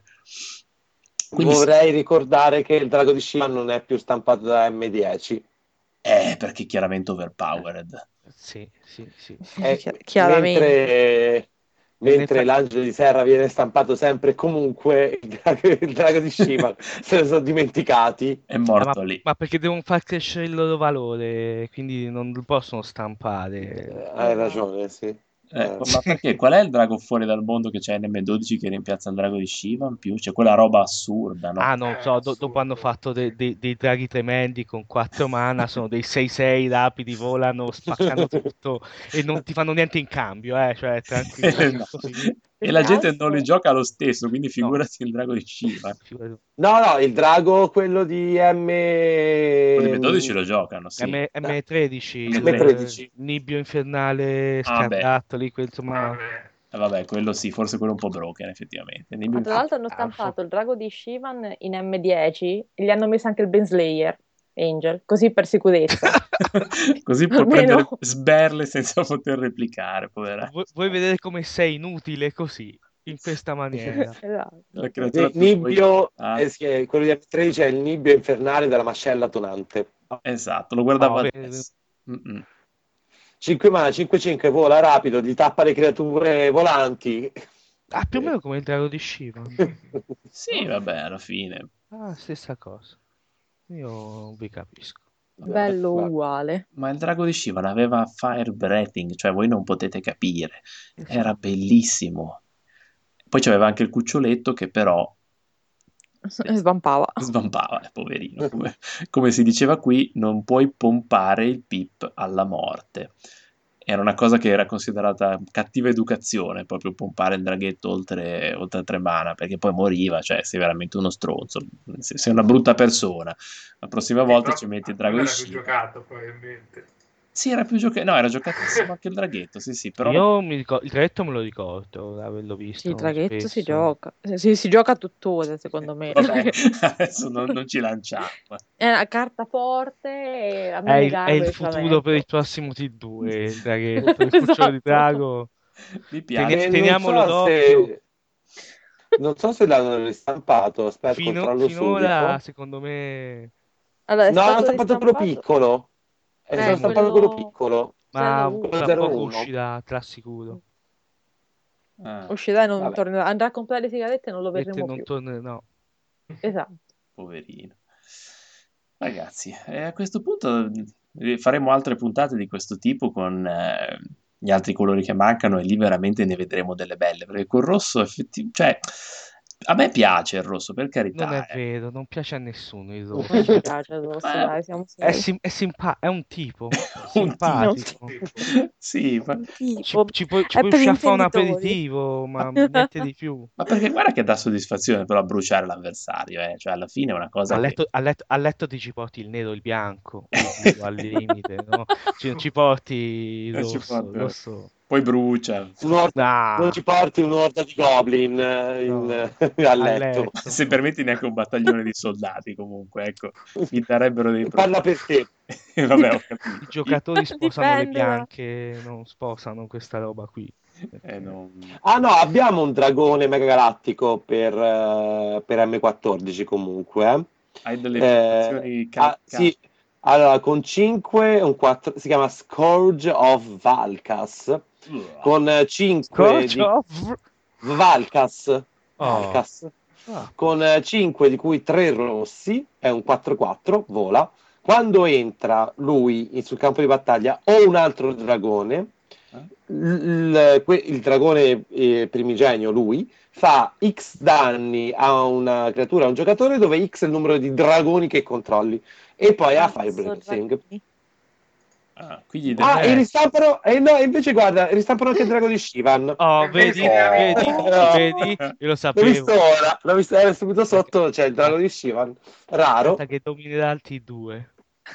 S3: Quindi sì,
S6: Vorrei ricordare che il drago di Shiva non è più stampato da M dieci.
S3: eh, perché chiaramente overpowered.
S7: Sì, sì, sì.
S6: Eh,
S4: Chi- Chiaramente.
S6: mentre
S7: E nel
S6: mentre
S7: fra-
S6: l'angelo di Serra viene stampato sempre e comunque, il drago, il drago di Shiva se ne sono dimenticati.
S3: È
S7: Eh, ma,
S3: morto lì.
S7: ma perché devono far crescere il loro valore, quindi non lo possono
S6: Eh,
S7: stampare.
S6: hai ragione, sì.
S3: Eh,
S6: Eh,
S3: ma perché? Qual è il drago fuori dal mondo che c'è in M dodici che rimpiazza il drago di Shiva in più? C'è quella roba assurda, no?
S7: Ah, non
S5: Eh,
S7: so, do- dopo hanno
S5: assurdo.
S7: fatto de- de- dei draghi tremendi con quattro mana, sono dei sei sei rapidi, volano, spaccano tutto e non ti fanno niente in cambio, eh, cioè tranquillo,
S3: No.
S7: così.
S3: E
S4: Più
S3: la
S4: che
S3: gente non li
S4: altro,
S3: gioca lo stesso, quindi
S7: No,
S3: figurati il drago di Shiva.
S7: figurati.
S6: No, no, il drago, quello di M...
S3: Quelli M dodici lo giocano, sì.
S7: M- M13, il
S3: M tredici.
S7: eh, nibbio infernale
S3: Ah, beh.
S7: scarlattoli, quel, insomma,
S5: Vabbè.
S3: Eh, vabbè, quello sì, forse quello un po' broken, effettivamente. Nibbio
S4: ma tra
S3: Infer-
S4: l'altro hanno
S7: ah,
S4: stampato il drago di Shivan in M dieci e gli hanno messo anche il Baneslayer Angel, così per sicurezza.
S3: Così può
S4: Almeno-
S3: prendere sberle senza poter replicare, povera.
S7: Vuoi, vuoi vedere come sei inutile così? in questa maniera.
S4: Esatto.
S3: La creatura
S6: Il nibbio,
S3: Ah,
S6: eh, sì, eh, quello di effe tredici è il nibbio infernale della mascella tonante.
S3: esatto, lo guardavo
S7: Oh, beh,
S3: adesso. Mm-mm.
S6: cinque mana, cinque cinque, vola rapido, gli tappa le creature volanti.
S7: ah, più o meno come il drago di Shiva.
S3: Sì, vabbè, alla fine.
S7: Ah, stessa cosa. Io vi capisco.
S4: Bello
S6: Guarda.
S4: uguale.
S3: Ma il drago di Shivan aveva fire breathing, cioè voi non potete capire. Era
S7: Esatto.
S3: bellissimo. Poi c'aveva anche il cuccioletto che però
S4: Svampava.
S3: svampava, eh, poverino. Come, come si diceva qui, non puoi pompare il pip alla morte. Era una cosa che era considerata cattiva educazione, proprio pompare il draghetto oltre, oltre tre mana, perché poi moriva, cioè sei veramente uno stronzo, sei sei una brutta persona. La prossima
S5: Sì,
S3: volta
S5: però
S3: ci metti il
S5: quello
S3: drago di
S5: era più
S3: Shiva.
S5: giocato probabilmente.
S3: Sì, era più giocato, no, era giocatissimo anche il draghetto, sì, sì, però
S7: Io mi ricor- il traghetto me lo ricordo, di averlo
S4: Sì,
S7: visto
S4: il draghetto si
S7: spesso.
S4: gioca. Si, si gioca tuttora, secondo me.
S3: vabbè, adesso non, non ci lanciamo.
S4: È una carta forte e a
S7: È
S4: me ne
S7: il, è
S4: garba
S7: il
S4: il
S7: futuro per il
S4: flamenco.
S7: prossimo T due, il draghetto, il cucciolo di
S4: Esatto.
S7: drago.
S3: Mi
S7: Teni-
S3: piace.
S6: E non
S7: teniamolo
S6: so
S7: d'occhio.
S6: se non so se l'hanno ristampato, aspetta,
S7: Fino-
S6: controllo
S7: finora,
S6: subito.
S7: secondo me,
S4: Allora, è
S6: No, hanno
S4: stato
S6: stampato quello
S4: ristampato.
S6: piccolo. È
S4: Eh,
S6: stato
S7: mm,
S6: stampato quello
S4: quello
S6: piccolo,
S7: ma
S4: zero uno.
S6: quello
S7: tra poco
S6: zero uno.
S7: uscirà, tra sicuro.
S3: Ah,
S4: Uscirà e non
S6: Vabbè.
S4: tornerà. Andrà a comprare le sigarette e non lo
S7: E te
S4: vedremo
S7: non
S4: più.
S7: tornerà, no.
S4: Esatto.
S3: poverino. Ragazzi, eh, a questo punto eh, faremo altre puntate di questo tipo con eh, gli altri colori che mancano e lì veramente ne vedremo delle belle, perché col rosso effettivamente, cioè, a me piace il rosso, per
S7: Non è
S3: carità, eh.
S7: vero, non piace a nessuno il rosso.
S4: Non ci piace il rosso,
S3: Ma-
S4: dai, siamo
S7: È,
S4: seri.
S7: sim- è, simpa- è un tipo,
S3: Un
S7: simpatico.
S3: Sì, ma,
S4: Un
S7: Ci,
S4: tipo.
S7: ci puoi, ci
S4: È
S7: puoi
S4: per
S7: uscire a fare un
S4: intenditori.
S7: aperitivo, ma niente di più.
S3: ma perché guarda che dà soddisfazione però bruciare l'avversario, eh. Cioè alla fine è una cosa
S7: A
S3: che...
S7: letto, a letto- a letto ti ci porti il nero, il bianco, o il blu al limite, no? Ci, ci porti il
S3: Non ci
S7: rosso, il
S3: porta-
S7: rosso.
S3: Poi brucia.
S6: Un'orda- non
S7: Ah,
S6: ci porti un'orda di goblin eh, in-
S7: no,
S6: a
S7: a
S6: letto.
S7: letto.
S3: Se permetti neanche un battaglione di soldati comunque, ecco, mi darebbero dei
S6: Parla
S3: problemi.
S6: per te.
S3: E vabbè, ho
S7: I
S3: capito.
S7: giocatori sposano le
S4: Dipende da-
S7: bianche, non sposano questa roba qui.
S3: Eh, non-
S6: Ah no, abbiamo un dragone megagalattico per, eh, per emme quattordici comunque. eh.
S3: Hai delle
S6: Eh,
S3: informazioni
S6: ah,
S3: ca-
S6: sì, allora con cinque, un quattro, si chiama Scourge of Valkas,
S3: ca-
S6: con cinque
S7: Scorch
S6: di
S7: of...
S6: Valkas,
S7: Oh.
S6: Valkas,
S7: Ah,
S6: con cinque di cui tre rossi, è un quattro quattro, vola. Quando entra lui in- sul campo di battaglia o un altro dragone,
S3: Eh?
S6: il, que- il dragone eh, primigenio, lui, fa X danni a una creatura, a un giocatore, dove X è il numero di dragoni che controlli. E poi ha Fire
S4: Cazzo,
S6: Breathing.
S4: dragoni.
S3: Ah, quindi
S6: Ah,
S7: Dov'è?
S6: e ristampano, e no, invece guarda, ristampano anche il drago di Shivan.
S7: Oh,
S5: E
S7: vedi,
S5: vedi,
S7: vedi,
S6: no.
S7: vedi, io lo
S6: L'ho
S7: sapevo.
S6: visto ora, l'ho visto era subito sotto, c'è il drago di Shivan, raro.
S7: Aspetta che dominerà il T due.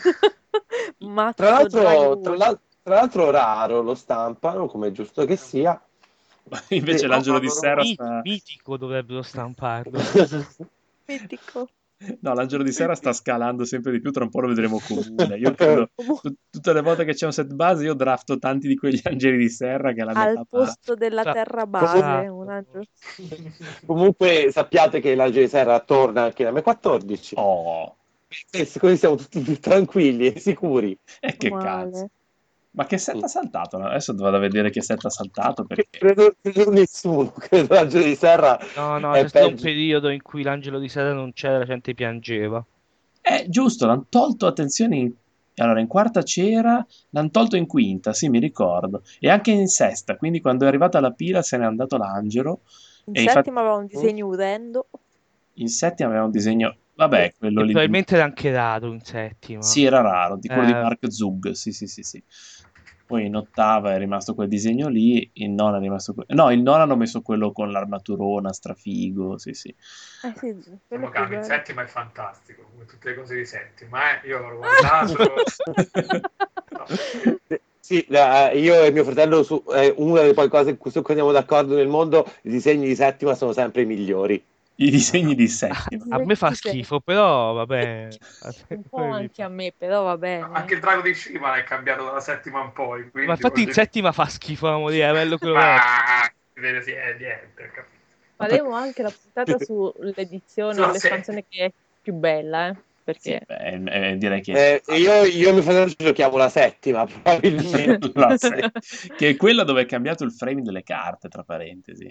S4: Mazzo
S6: Tra l'altro,
S4: drago.
S6: tra l'al- tra l'altro raro, lo stampano, come è giusto che sia.
S3: invece
S6: Sì.
S3: l'angelo di
S5: Mi-
S3: Serra
S7: Mi-
S3: sta...
S7: mitico dovrebbero stamparlo.
S4: Mitico.
S3: No, l'angelo di Serra sta scalando sempre di più, tra un po' lo vedremo comune. Io credo, tu- tutte le volte che c'è un set base, io drafto tanti di quegli angeli di Serra che è la
S4: Al
S3: metà
S4: posto della
S7: Sa-
S4: terra base,
S7: esatto.
S4: un angelo.
S6: Comunque sappiate che l'Angelo di Serra torna anche in emme quattordici.
S3: Oh,
S6: E così siamo tutti più tranquilli e sicuri.
S3: e che
S4: Male.
S3: cazzo. Ma che set ha saltato? No? Adesso vado a vedere che set ha saltato
S6: Che
S3: perché...
S6: credo, credo nessuno, credo l'Angelo di Serra
S7: No, no,
S6: è
S7: c'è stato un
S6: peggio.
S7: periodo in cui l'angelo di sera non c'era, la gente piangeva.
S3: Eh, giusto, l'hanno tolto, attenzione, in... allora in quarta c'era, l'hanno tolto in quinta, sì, mi ricordo, e anche in sesta, quindi quando è arrivata la pila se n'è andato l'angelo,
S4: In
S3: e infatti
S4: settima aveva un disegno udendo.
S3: in settima aveva un disegno, vabbè, quello
S7: E
S3: lì,
S7: probabilmente era anche raro in settima.
S3: sì, era raro, di quello di
S7: Eh.
S3: Mark Zug, sì, sì, sì, sì. Poi in ottava è rimasto quel disegno lì, in nona è rimasto que- no, in nona hanno messo quello con l'armaturona, strafigo, sì, sì.
S4: Eh sì, quello
S5: Quello
S4: è più
S5: cambia, in
S4: bello.
S5: settima è fantastico, come tutte le cose di settima, eh. Io l'ho guardato. No.
S6: Sì, eh, io e mio fratello, su, è una delle poi cose su cui andiamo d'accordo nel mondo, i disegni di settima sono sempre i migliori.
S3: I disegni di settima.
S7: A me fa schifo, però vabbè.
S4: Un po' anche a me, però va bene.
S5: Anche il drago di Shivan è cambiato dalla settima in poi. Quindi
S7: Ma infatti in
S5: vuol dire-
S7: settima fa schifo da morire, è bello quello
S5: Ma
S7: vecchio.
S5: vede, sì, è niente, capito.
S4: faremo anche la puntata sull'edizione,
S5: Sulla
S4: l'espansione che è più bella, eh?
S3: Sì,
S4: Perché
S3: beh, eh, direi che
S6: Eh, io, io e mio fratello giochiamo la settima, probabilmente.
S3: La sei, che è quella dove è cambiato il framing delle carte, tra parentesi.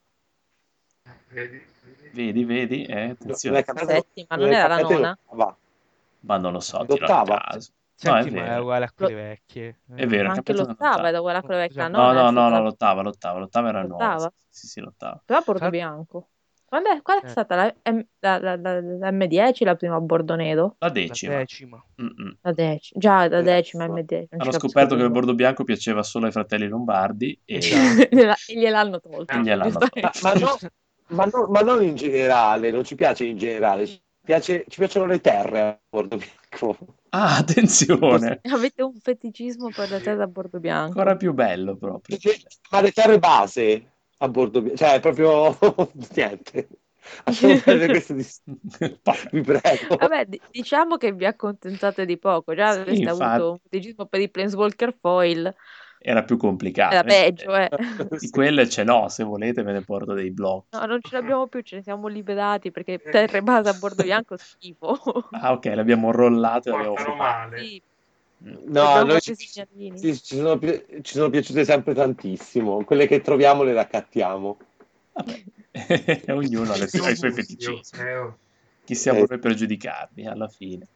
S5: Vedi?
S3: Vedi, vedi? Eh,
S6: Non è
S3: attenzione.
S6: cambiato-
S4: settima, non
S6: è
S4: era la
S6: cambiato
S4: nona?
S6: l'ottava.
S3: Ma non lo so, tiro a
S6: L'ottava.
S3: caso. No, è
S7: Settima è
S3: vero.
S7: uguale a quelle
S4: Lo-
S7: vecchie.
S3: È
S7: Eh.
S3: vero, è
S4: Ma anche
S3: cambiato
S4: l'ottava
S3: nell'ottava.
S4: era uguale a quella vecchia,
S7: No,
S3: No,
S4: nona è
S3: no, no,
S4: stata
S3: no,
S4: la
S3: l'ottava, l'ottava, l'ottava era nuova.
S4: l'ottava?
S3: Sì, sì, l'ottava.
S4: Però a bordo
S7: Tra-
S4: bianco. Quando è, qual è
S7: Eh.
S4: stata la, M, la, la, la- la M dieci, la prima a bordo nero?
S3: La
S7: La
S3: decima.
S7: decima.
S3: Mm-mm.
S4: La decima. Già, la
S6: La
S4: decima
S6: decima.
S4: M dieci. Non
S3: Hanno
S4: ci capisco
S3: scoperto che il
S4: più.
S3: bordo bianco piaceva solo ai fratelli Lombardi e,
S7: Esatto.
S4: E gliel'hanno tolto.
S3: e gliel'hanno
S4: giustamente.
S3: tolto.
S6: Ma, ma no- ma no- ma non in generale, non ci piace in generale, ci, piace- ci piacciono le terre a bordo bianco.
S3: Ah, attenzione!
S4: Avete un feticismo per le terre a bordo bianco.
S3: Ancora più bello proprio.
S6: Ma le terre base a bordo bianco, cioè proprio niente. Lasciamo perdere questo dis-
S3: Vabbè.
S6: vi prego.
S4: Vabbè, di- diciamo che vi accontentate di poco. Già
S3: Sì,
S4: avreste
S3: infatti.
S4: avuto un feticismo per i Planeswalker Foil.
S3: Era più complicato.
S4: Era peggio, eh.
S3: Di quelle ce n'ho, se volete ve ne porto dei blocchi.
S4: No, non ce l'abbiamo più, ce ne siamo liberati perché terre base a bordo bianco schifo.
S3: Ah, ok, l'abbiamo rollato e l'abbiamo
S5: Portano
S3: fatto.
S5: male.
S4: Sì,
S6: No,
S4: abbiamo
S6: noi
S4: fatto i
S6: ci,
S4: segnalini.
S6: sì, ci sono, pi- ci sono piaciute sempre tantissimo. Quelle che troviamo le raccattiamo.
S3: Vabbè. Ognuno ha, le sue- ha i suoi feticismi.
S5: Eh, oh.
S3: Chi siamo
S6: Eh.
S3: noi per giudicarli alla fine.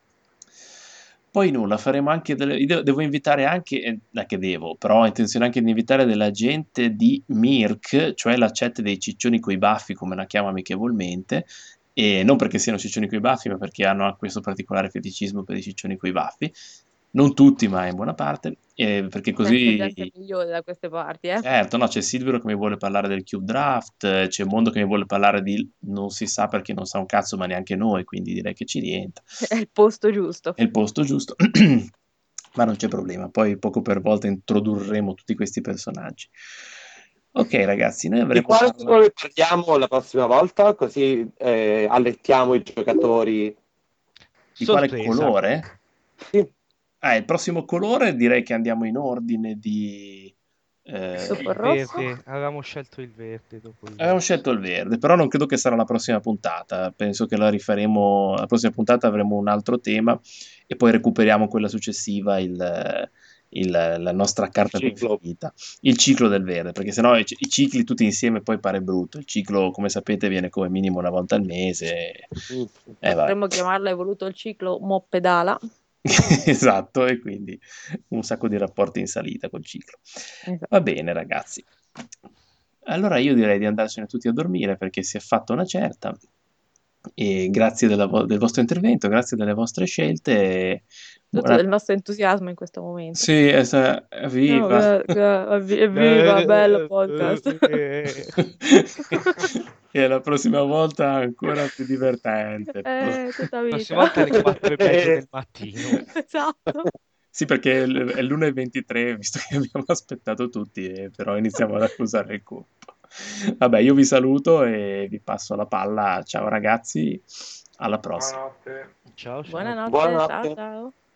S3: Poi nulla, faremo anche delle... io devo, devo invitare anche, eh, non è che devo, però ho intenzione anche di invitare della gente di Mirk, cioè la chat dei ciccioni coi baffi, come la chiamo amichevolmente, e non perché siano ciccioni coi baffi, ma perché hanno anche questo particolare feticismo per i ciccioni coi baffi. Non tutti, ma in buona parte, eh, perché
S4: Sempre
S3: così...
S4: gente migliore da queste parti, eh.
S3: Certo, no, c'è Silvero che mi vuole parlare del Cube Draft, eh, c'è Mondo che mi vuole parlare di... non si sa perché non sa un cazzo, ma neanche noi, quindi direi che ci rientra.
S4: È il posto giusto.
S3: È il posto giusto, ma non c'è problema, poi poco per volta introdurremo tutti questi personaggi. Ok ragazzi, noi
S6: Di
S3: avremo
S6: quale
S3: parlato...
S6: colore parliamo la prossima volta? Così eh, allettiamo i giocatori.
S3: Di quale
S7: Sorpresa.
S3: colore?
S6: Sì.
S3: Ah, il prossimo colore direi che andiamo in ordine di... eh,
S4: Super
S7: Il
S4: rosso.
S7: verde, avevamo scelto il verde dopo il
S3: Avevamo scelto il verde, però non credo che sarà la prossima puntata. Penso che la rifaremo. La prossima puntata avremo un altro tema e poi recuperiamo quella successiva, il, il- la nostra carta
S6: Il ciclo.
S3: preferita, il ciclo del verde, perché sennò i, i cicli tutti insieme poi pare brutto. Il ciclo, come sapete, viene come minimo una volta al mese.
S6: Mm.
S3: Eh, vabbè.
S4: Potremmo chiamarlo evoluto il ciclo Moppedala.
S3: Esatto, e quindi un sacco di rapporti in salita col ciclo.
S4: Esatto.
S3: Va bene, ragazzi. Allora io direi di andarsene tutti a dormire perché si è fatta una certa. E grazie della vo- del vostro intervento, grazie delle vostre scelte.
S4: Tutto
S3: Buona-
S4: del nostro entusiasmo in questo momento.
S3: Sì, es-
S4: No,
S3: viva.
S4: gra- gra- evvi- evviva, bello podcast.
S3: E la prossima volta ancora più divertente.
S4: Eh, tutta
S7: La
S4: vita.
S7: prossima volta alle quattro e mezza del mattino.
S4: Esatto.
S3: Sì, perché è l- è l'una e ventitré, visto che abbiamo aspettato tutti, e però iniziamo ad accusare il colpo. Vabbè, io vi saluto e vi passo la palla. Ciao ragazzi, alla prossima.
S5: Buonanotte.
S7: Ciao, ciao.
S4: Buonanotte,
S6: Buonanotte.
S4: ciao ciao.